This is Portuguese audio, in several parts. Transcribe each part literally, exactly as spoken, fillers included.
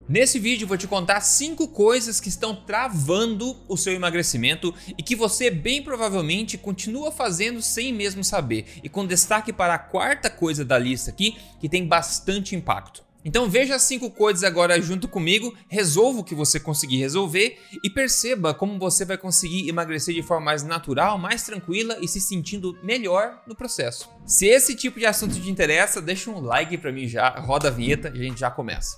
Nesse vídeo eu vou te contar cinco coisas que estão travando o seu emagrecimento e que você bem provavelmente continua fazendo sem mesmo saber, e com destaque para a quarta coisa da lista aqui, que tem bastante impacto. Então veja as cinco coisas agora junto comigo, resolva o que você conseguir resolver e perceba como você vai conseguir emagrecer de forma mais natural, mais tranquila e se sentindo melhor no processo. Se esse tipo de assunto te interessa, deixa um like pra mim já, roda a vinheta e a gente já começa.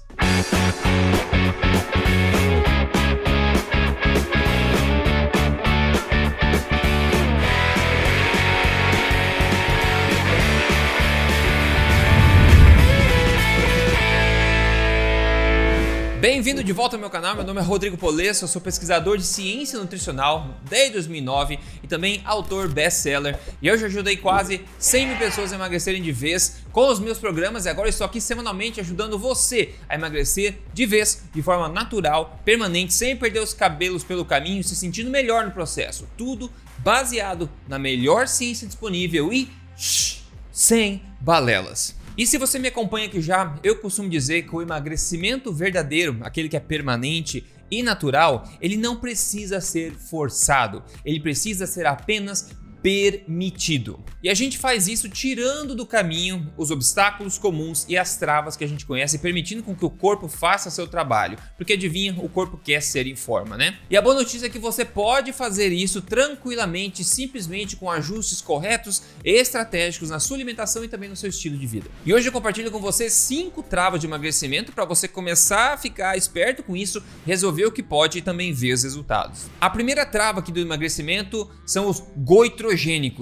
Bem-vindo de volta ao meu canal, meu nome é Rodrigo Polesso, eu sou pesquisador de ciência nutricional desde dois mil e nove e também autor best-seller, e eu já ajudei quase cem mil pessoas a emagrecerem de vez com os meus programas, e agora estou aqui semanalmente ajudando você a emagrecer de vez, de forma natural, permanente, sem perder os cabelos pelo caminho, se sentindo melhor no processo, tudo baseado na melhor ciência disponível e shh, sem balelas. E se você me acompanha aqui já, eu costumo dizer que o emagrecimento verdadeiro, aquele que é permanente e natural, ele não precisa ser forçado, ele precisa ser apenas permitido. E a gente faz isso tirando do caminho os obstáculos comuns e as travas que a gente conhece, permitindo com que o corpo faça seu trabalho, porque adivinha, o corpo quer ser em forma, né? E a boa notícia é que você pode fazer isso tranquilamente, simplesmente com ajustes corretos e estratégicos na sua alimentação e também no seu estilo de vida. E hoje eu compartilho com você cinco travas de emagrecimento para você começar a ficar esperto com isso, resolver o que pode e também ver os resultados. A primeira trava aqui do emagrecimento são os goitrogênicos.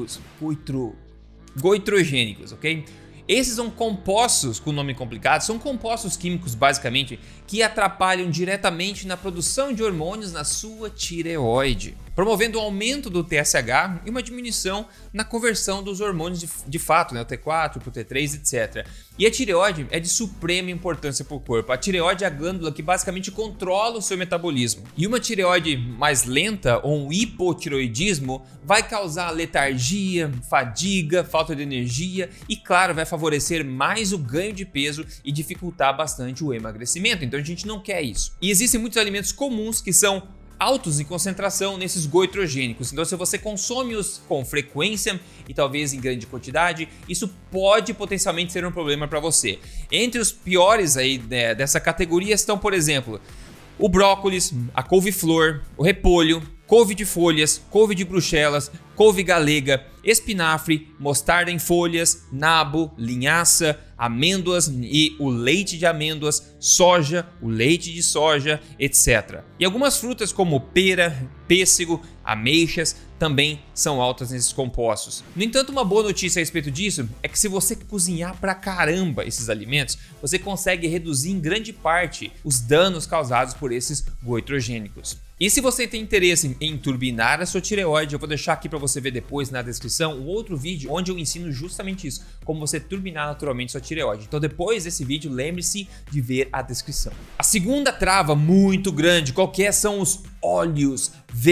Goitro, goitrogênicos, ok? Esses são compostos, com nome complicado, são compostos químicos basicamente que atrapalham diretamente na produção de hormônios na sua tireoide, promovendo o aumento do T S H e uma diminuição na conversão dos hormônios de, de fato, né, o T quatro, o T três, etcétera. E a tireoide é de suprema importância para o corpo. A tireoide é a glândula que basicamente controla o seu metabolismo. E uma tireoide mais lenta ou um hipotireoidismo vai causar letargia, fadiga, falta de energia e, claro, vai favorecer mais o ganho de peso e dificultar bastante o emagrecimento. Então a gente não quer isso. E existem muitos alimentos comuns que são altos em concentração nesses goitrogênicos. Então, se você consome-os com frequência e talvez em grande quantidade, isso pode potencialmente ser um problema para você. Entre os piores aí, né, dessa categoria estão, por exemplo, o brócolis, a couve-flor, o repolho, couve de folhas, couve de bruxelas, couve galega, espinafre, mostarda em folhas, nabo, linhaça, amêndoas e o leite de amêndoas, soja, o leite de soja, etcétera. E algumas frutas como pera, pêssego, ameixas também são altas nesses compostos. No entanto, uma boa notícia a respeito disso é que se você cozinhar pra caramba esses alimentos, você consegue reduzir em grande parte os danos causados por esses goitrogênicos. E se você tem interesse em turbinar a sua tireoide, eu vou deixar aqui para você ver depois na descrição um outro vídeo onde eu ensino justamente isso, como você turbinar naturalmente sua tireoide. Então depois desse vídeo, lembre-se de ver a descrição. A segunda trava muito grande, qual que é? São os óleos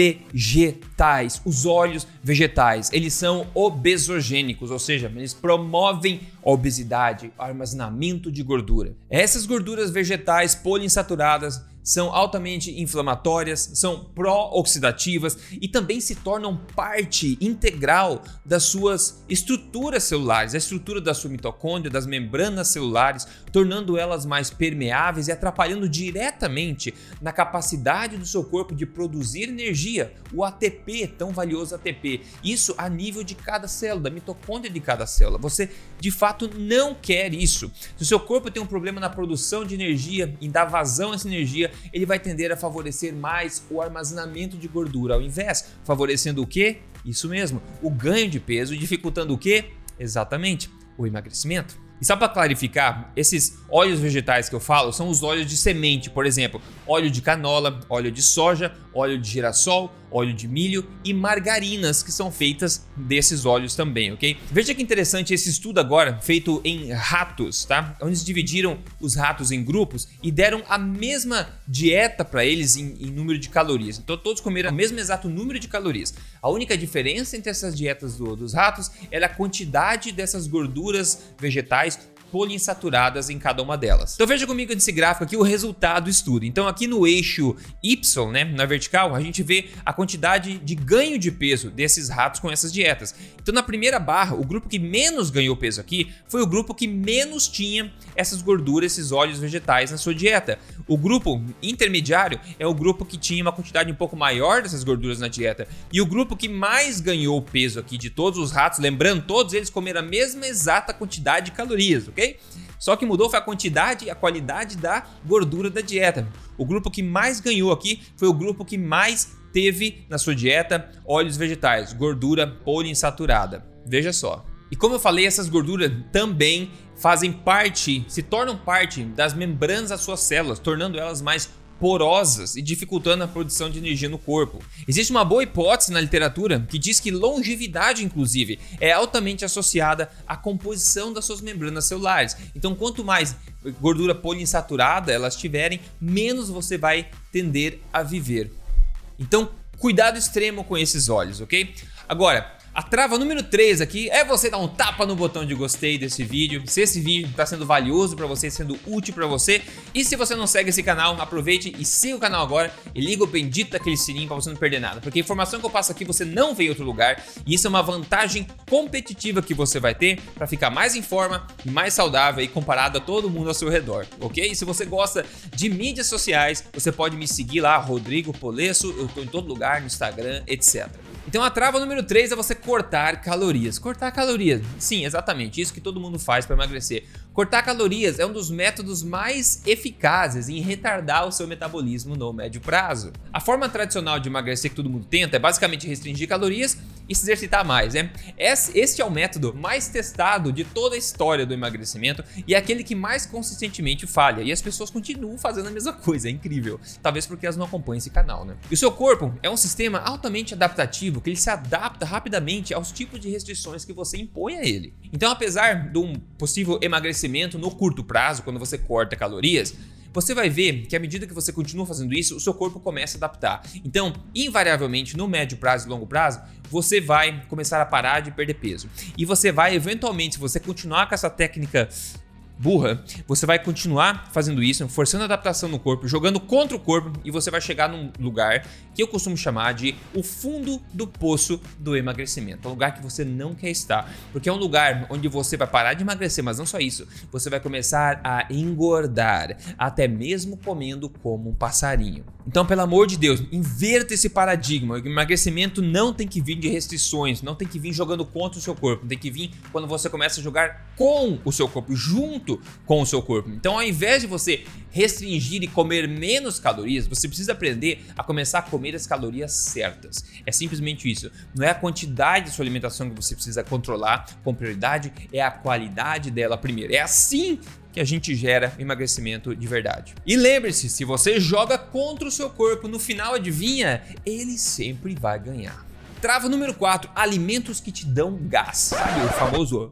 vegetais. Os óleos vegetais, eles são obesogênicos, ou seja, eles promovem a obesidade, o armazenamento de gordura. Essas gorduras vegetais poliinsaturadas são altamente inflamatórias, são pró-oxidativas e também se tornam parte integral das suas estruturas celulares, a estrutura da sua mitocôndria, das membranas celulares, tornando elas mais permeáveis e atrapalhando diretamente na capacidade do seu corpo de produzir energia, o A T P, tão valioso A T P. Isso a nível de cada célula, da mitocôndria de cada célula. Você de fato não quer isso. Se o seu corpo tem um problema na produção de energia e dar vazão a essa energia, ele vai tender a favorecer mais o armazenamento de gordura, ao invés favorecendo o quê? Isso mesmo, o ganho de peso, dificultando o quê? Exatamente, o emagrecimento. E só para clarificar, esses óleos vegetais que eu falo são os óleos de semente, por exemplo, óleo de canola, óleo de soja, óleo de girassol, óleo de milho e margarinas que são feitas desses óleos também, ok? Veja que interessante esse estudo agora feito em ratos, tá? Onde eles dividiram os ratos em grupos e deram a mesma dieta para eles em, em número de calorias. Então todos comeram o mesmo exato número de calorias. A única diferença entre essas dietas do, dos ratos era a quantidade dessas gorduras vegetais poliinsaturadas em cada uma delas. Então veja comigo nesse gráfico aqui o resultado do estudo. Então aqui no eixo Y, né, na vertical, a gente vê a quantidade de ganho de peso desses ratos com essas dietas. Então na primeira barra, o grupo que menos ganhou peso aqui foi o grupo que menos tinha essas gorduras, esses óleos vegetais na sua dieta. O grupo intermediário é o grupo que tinha uma quantidade um pouco maior dessas gorduras na dieta. E o grupo que mais ganhou peso aqui de todos os ratos, lembrando, todos eles comeram a mesma exata quantidade de calorias, ok? Só que mudou foi a quantidade e a qualidade da gordura da dieta. O grupo que mais ganhou aqui foi o grupo que mais teve na sua dieta óleos vegetais, gordura poliinsaturada. Veja só. E como eu falei, essas gorduras também fazem parte, se tornam parte das membranas das suas células, tornando elas mais porosas e dificultando a produção de energia no corpo. Existe uma boa hipótese na literatura que diz que longevidade, inclusive, é altamente associada à composição das suas membranas celulares. Então, quanto mais gordura poliinsaturada elas tiverem, menos você vai tender a viver. Então, cuidado extremo com esses óleos, ok? Agora, a trava número três aqui é você dar um tapa no botão de gostei desse vídeo, se esse vídeo está sendo valioso para você, sendo útil para você. E se você não segue esse canal, aproveite e siga o canal agora e liga o bendito daquele sininho para você não perder nada. Porque a informação que eu passo aqui você não vê em outro lugar e isso é uma vantagem competitiva que você vai ter para ficar mais em forma e mais saudável e comparado a todo mundo ao seu redor, ok? E se você gosta de mídias sociais, você pode me seguir lá, Rodrigo Polesso, eu estou em todo lugar, no Instagram, etcétera. Então a trava número três é você cortar calorias. Cortar calorias, sim, exatamente, isso que todo mundo faz para emagrecer. Cortar calorias é um dos métodos mais eficazes em retardar o seu metabolismo no médio prazo. A forma tradicional de emagrecer que todo mundo tenta é basicamente restringir calorias e se exercitar mais, né? Este é o método mais testado de toda a história do emagrecimento e é aquele que mais consistentemente falha. E as pessoas continuam fazendo a mesma coisa, é incrível. Talvez porque elas não acompanham esse canal, né? E o seu corpo é um sistema altamente adaptativo que ele se adapta rapidamente aos tipos de restrições que você impõe a ele. Então, apesar de um possível emagrecimento no curto prazo, quando você corta calorias, você vai ver que à medida que você continua fazendo isso, o seu corpo começa a adaptar. Então, invariavelmente, no médio prazo e longo prazo, você vai começar a parar de perder peso. E você vai, eventualmente, se você continuar com essa técnica burra, você vai continuar fazendo isso, forçando a adaptação no corpo, jogando contra o corpo e você vai chegar num lugar que eu costumo chamar de o fundo do poço do emagrecimento. É um lugar que você não quer estar, porque é um lugar onde você vai parar de emagrecer, mas não só isso, você vai começar a engordar, até mesmo comendo como um passarinho. Então, pelo amor de Deus, inverta esse paradigma. O emagrecimento não tem que vir de restrições, não tem que vir jogando contra o seu corpo, tem que vir quando você começa a jogar com o seu corpo, junto com o seu corpo. Então, ao invés de você restringir e comer menos calorias, você precisa aprender a começar a comer as calorias certas. É simplesmente isso. Não é a quantidade de sua alimentação que você precisa controlar com prioridade, é a qualidade dela primeiro. É assim que a gente gera emagrecimento de verdade. E lembre-se, se você joga contra o seu corpo, no final, adivinha? Ele sempre vai ganhar. Trava número quatro, alimentos que te dão gás. Sabe o famoso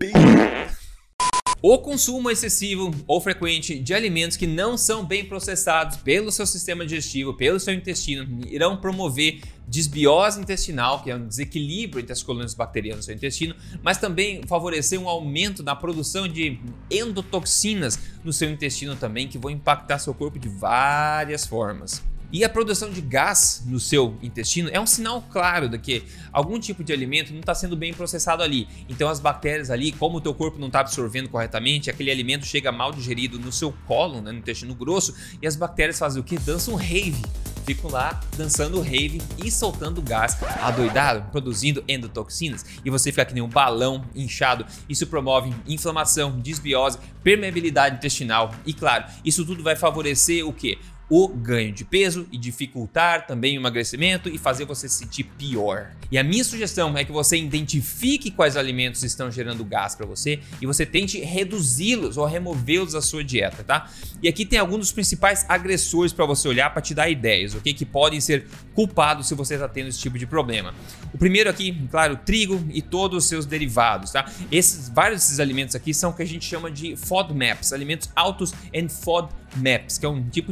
o consumo excessivo ou frequente de alimentos que não são bem processados pelo seu sistema digestivo, pelo seu intestino, irão promover desbiose intestinal, que é um desequilíbrio entre as colônias bacterianas no seu intestino, mas também favorecer um aumento na produção de endotoxinas no seu intestino também, que vão impactar seu corpo de várias formas. E a produção de gás no seu intestino é um sinal claro de que algum tipo de alimento não está sendo bem processado ali. Então as bactérias ali, como o teu corpo não está absorvendo corretamente, aquele alimento chega mal digerido no seu cólon, né, no intestino grosso, e as bactérias fazem o que? Dançam rave. Ficam lá dançando rave e soltando gás adoidado, produzindo endotoxinas, e você fica que nem um balão inchado. Isso promove inflamação, desbiose, permeabilidade intestinal e, claro, isso tudo vai favorecer o quê? O ganho de peso e dificultar também o emagrecimento e fazer você se sentir pior. E a minha sugestão é que você identifique quais alimentos estão gerando gás para você e você tente reduzi-los ou removê-los da sua dieta, tá? E aqui tem alguns dos principais agressores para você olhar para te dar ideias, ok? Que podem ser culpados se você está tendo esse tipo de problema. O primeiro aqui, claro, trigo e todos os seus derivados, tá? Esses, vários desses alimentos aqui são o que a gente chama de FODMAPs, alimentos altos em FODMAPs, que é um tipo de fibra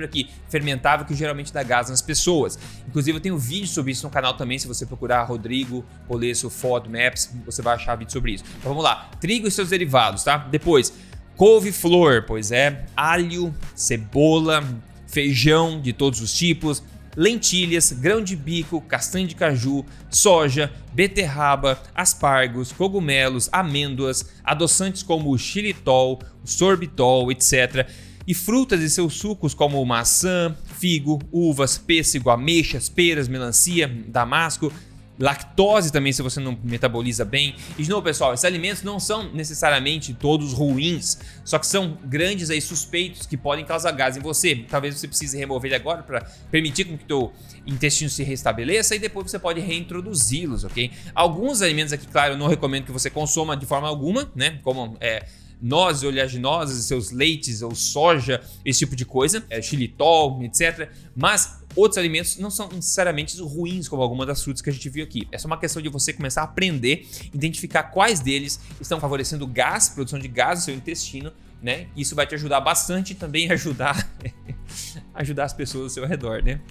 aqui, fermentável, que geralmente dá gás nas pessoas. Inclusive eu tenho vídeo sobre isso no canal também, se você procurar Rodrigo Polesso FODMAPs, você vai achar vídeo sobre isso. Então vamos lá, trigo e seus derivados, tá? Depois, couve-flor, pois é, alho, cebola, feijão de todos os tipos, lentilhas, grão de bico, castanha de caju, soja, beterraba, aspargos, cogumelos, amêndoas, adoçantes como o xilitol, o sorbitol, etcétera. E frutas e seus sucos como maçã, figo, uvas, pêssego, ameixas, peras, melancia, damasco, lactose também se você não metaboliza bem. E de novo, pessoal, esses alimentos não são necessariamente todos ruins, só que são grandes aí suspeitos que podem causar gás em você. Talvez você precise remover ele agora para permitir que o teu intestino se restabeleça e depois você pode reintroduzi-los, ok? Alguns alimentos aqui, claro, eu não recomendo que você consuma de forma alguma, né? Como é nozes oleaginosas, seus leites ou soja, esse tipo de coisa, é, xilitol, etcétera. Mas outros alimentos não são necessariamente ruins, como algumas das frutas que a gente viu aqui. É só uma questão de você começar a aprender, identificar quais deles estão favorecendo gás, produção de gás no seu intestino, né? Isso vai te ajudar bastante e também ajudar, ajudar as pessoas ao seu redor, né?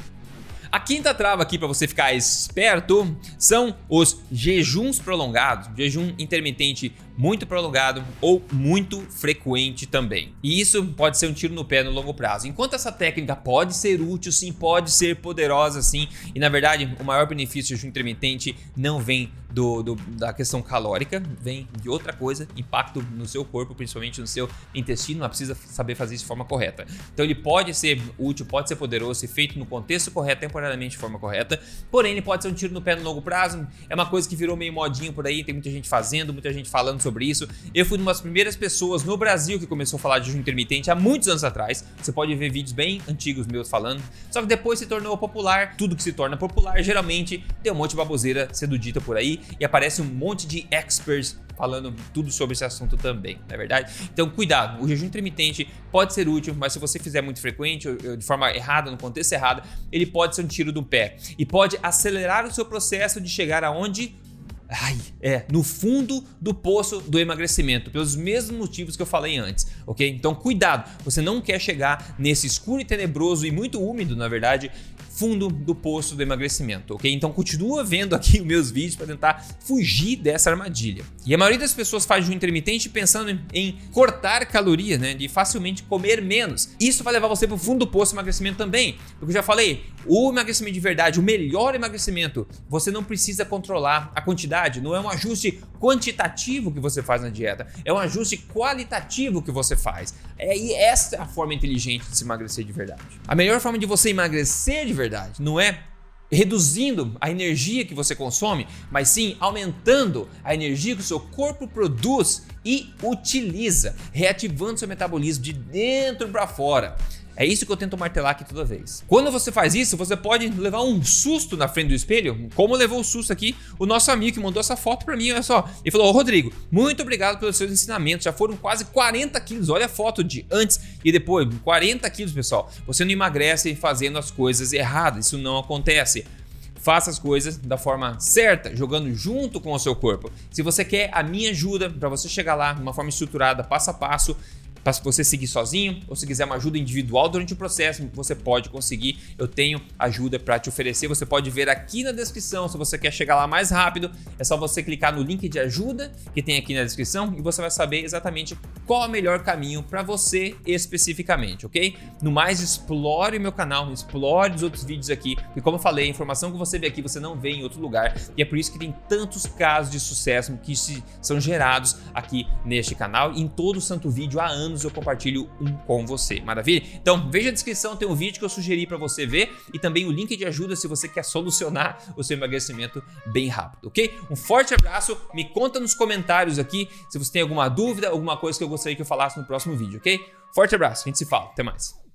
A quinta trava aqui para você ficar esperto são os jejuns prolongados, jejum intermitente muito prolongado ou muito frequente também. E isso pode ser um tiro no pé no longo prazo. Enquanto essa técnica pode ser útil, sim, pode ser poderosa, sim, e na verdade o maior benefício do jejum intermitente não vem do, do, da questão calórica, vem de outra coisa, impacto no seu corpo, principalmente no seu intestino, mas precisa saber fazer isso de forma correta. Então ele pode ser útil, pode ser poderoso, ser feito no contexto correto, temporariamente de forma correta, porém ele pode ser um tiro no pé no longo prazo. É uma coisa que virou meio modinho por aí, tem muita gente fazendo, muita gente falando sobre isso. Eu fui uma das primeiras pessoas no Brasil que começou a falar de jejum intermitente há muitos anos atrás. Você pode ver vídeos bem antigos meus falando, só que depois se tornou popular. Tudo que se torna popular geralmente tem um monte de baboseira sendo dita por aí e aparece um monte de experts falando tudo sobre esse assunto também, não é verdade? Então cuidado, o jejum intermitente pode ser útil, mas se você fizer muito frequente, de forma errada, no contexto errado, ele pode ser um tiro do pé e pode acelerar o seu processo de chegar aonde? Ai, é, no fundo do poço do emagrecimento, pelos mesmos motivos que eu falei antes, ok? Então cuidado, você não quer chegar nesse escuro e tenebroso e muito úmido, na verdade, fundo do poço do emagrecimento, ok? Então continua vendo aqui os meus vídeos para tentar fugir dessa armadilha. E a maioria das pessoas faz jejum intermitente pensando em, em cortar calorias, né? De facilmente comer menos. Isso vai levar você para o fundo do poço do emagrecimento também, porque eu já falei, o emagrecimento de verdade, o melhor emagrecimento, você não precisa controlar a quantidade, não é um ajuste quantitativo que você faz na dieta, é um ajuste qualitativo que você faz. É, e essa é a forma inteligente de se emagrecer de verdade. A melhor forma de você emagrecer de verdade não é reduzindo a energia que você consome, mas sim aumentando a energia que o seu corpo produz e utiliza, reativando seu metabolismo de dentro para fora. É isso que eu tento martelar aqui toda vez. Quando você faz isso, você pode levar um susto na frente do espelho, como levou o susto aqui o nosso amigo que mandou essa foto pra mim, olha só. Ele falou, ô Rodrigo, muito obrigado pelos seus ensinamentos, já foram quase quarenta quilos, olha a foto de antes e depois, quarenta quilos, pessoal. Você não emagrece fazendo as coisas erradas, isso não acontece. Faça as coisas da forma certa, jogando junto com o seu corpo. Se você quer a minha ajuda para você chegar lá de uma forma estruturada, passo a passo, para você seguir sozinho, ou se quiser uma ajuda individual durante o processo, você pode conseguir. Eu tenho ajuda para te oferecer. Você pode ver aqui na descrição. Se você quer chegar lá mais rápido, é só você clicar no link de ajuda que tem aqui na descrição e você vai saber exatamente qual é o melhor caminho para você especificamente, ok? No mais, explore meu canal, explore os outros vídeos aqui, porque como eu falei, a informação que você vê aqui você não vê em outro lugar e é por isso que tem tantos casos de sucesso que se, são gerados aqui neste canal e em todo santo vídeo há anos eu compartilho um com você, maravilha? Então veja a descrição, tem um vídeo que eu sugeri para você ver e também o link de ajuda se você quer solucionar o seu emagrecimento bem rápido, ok? Um forte abraço, me conta nos comentários aqui se você tem alguma dúvida, alguma coisa que eu gostaria que eu falasse no próximo vídeo, ok? Forte abraço, a gente se fala, até mais.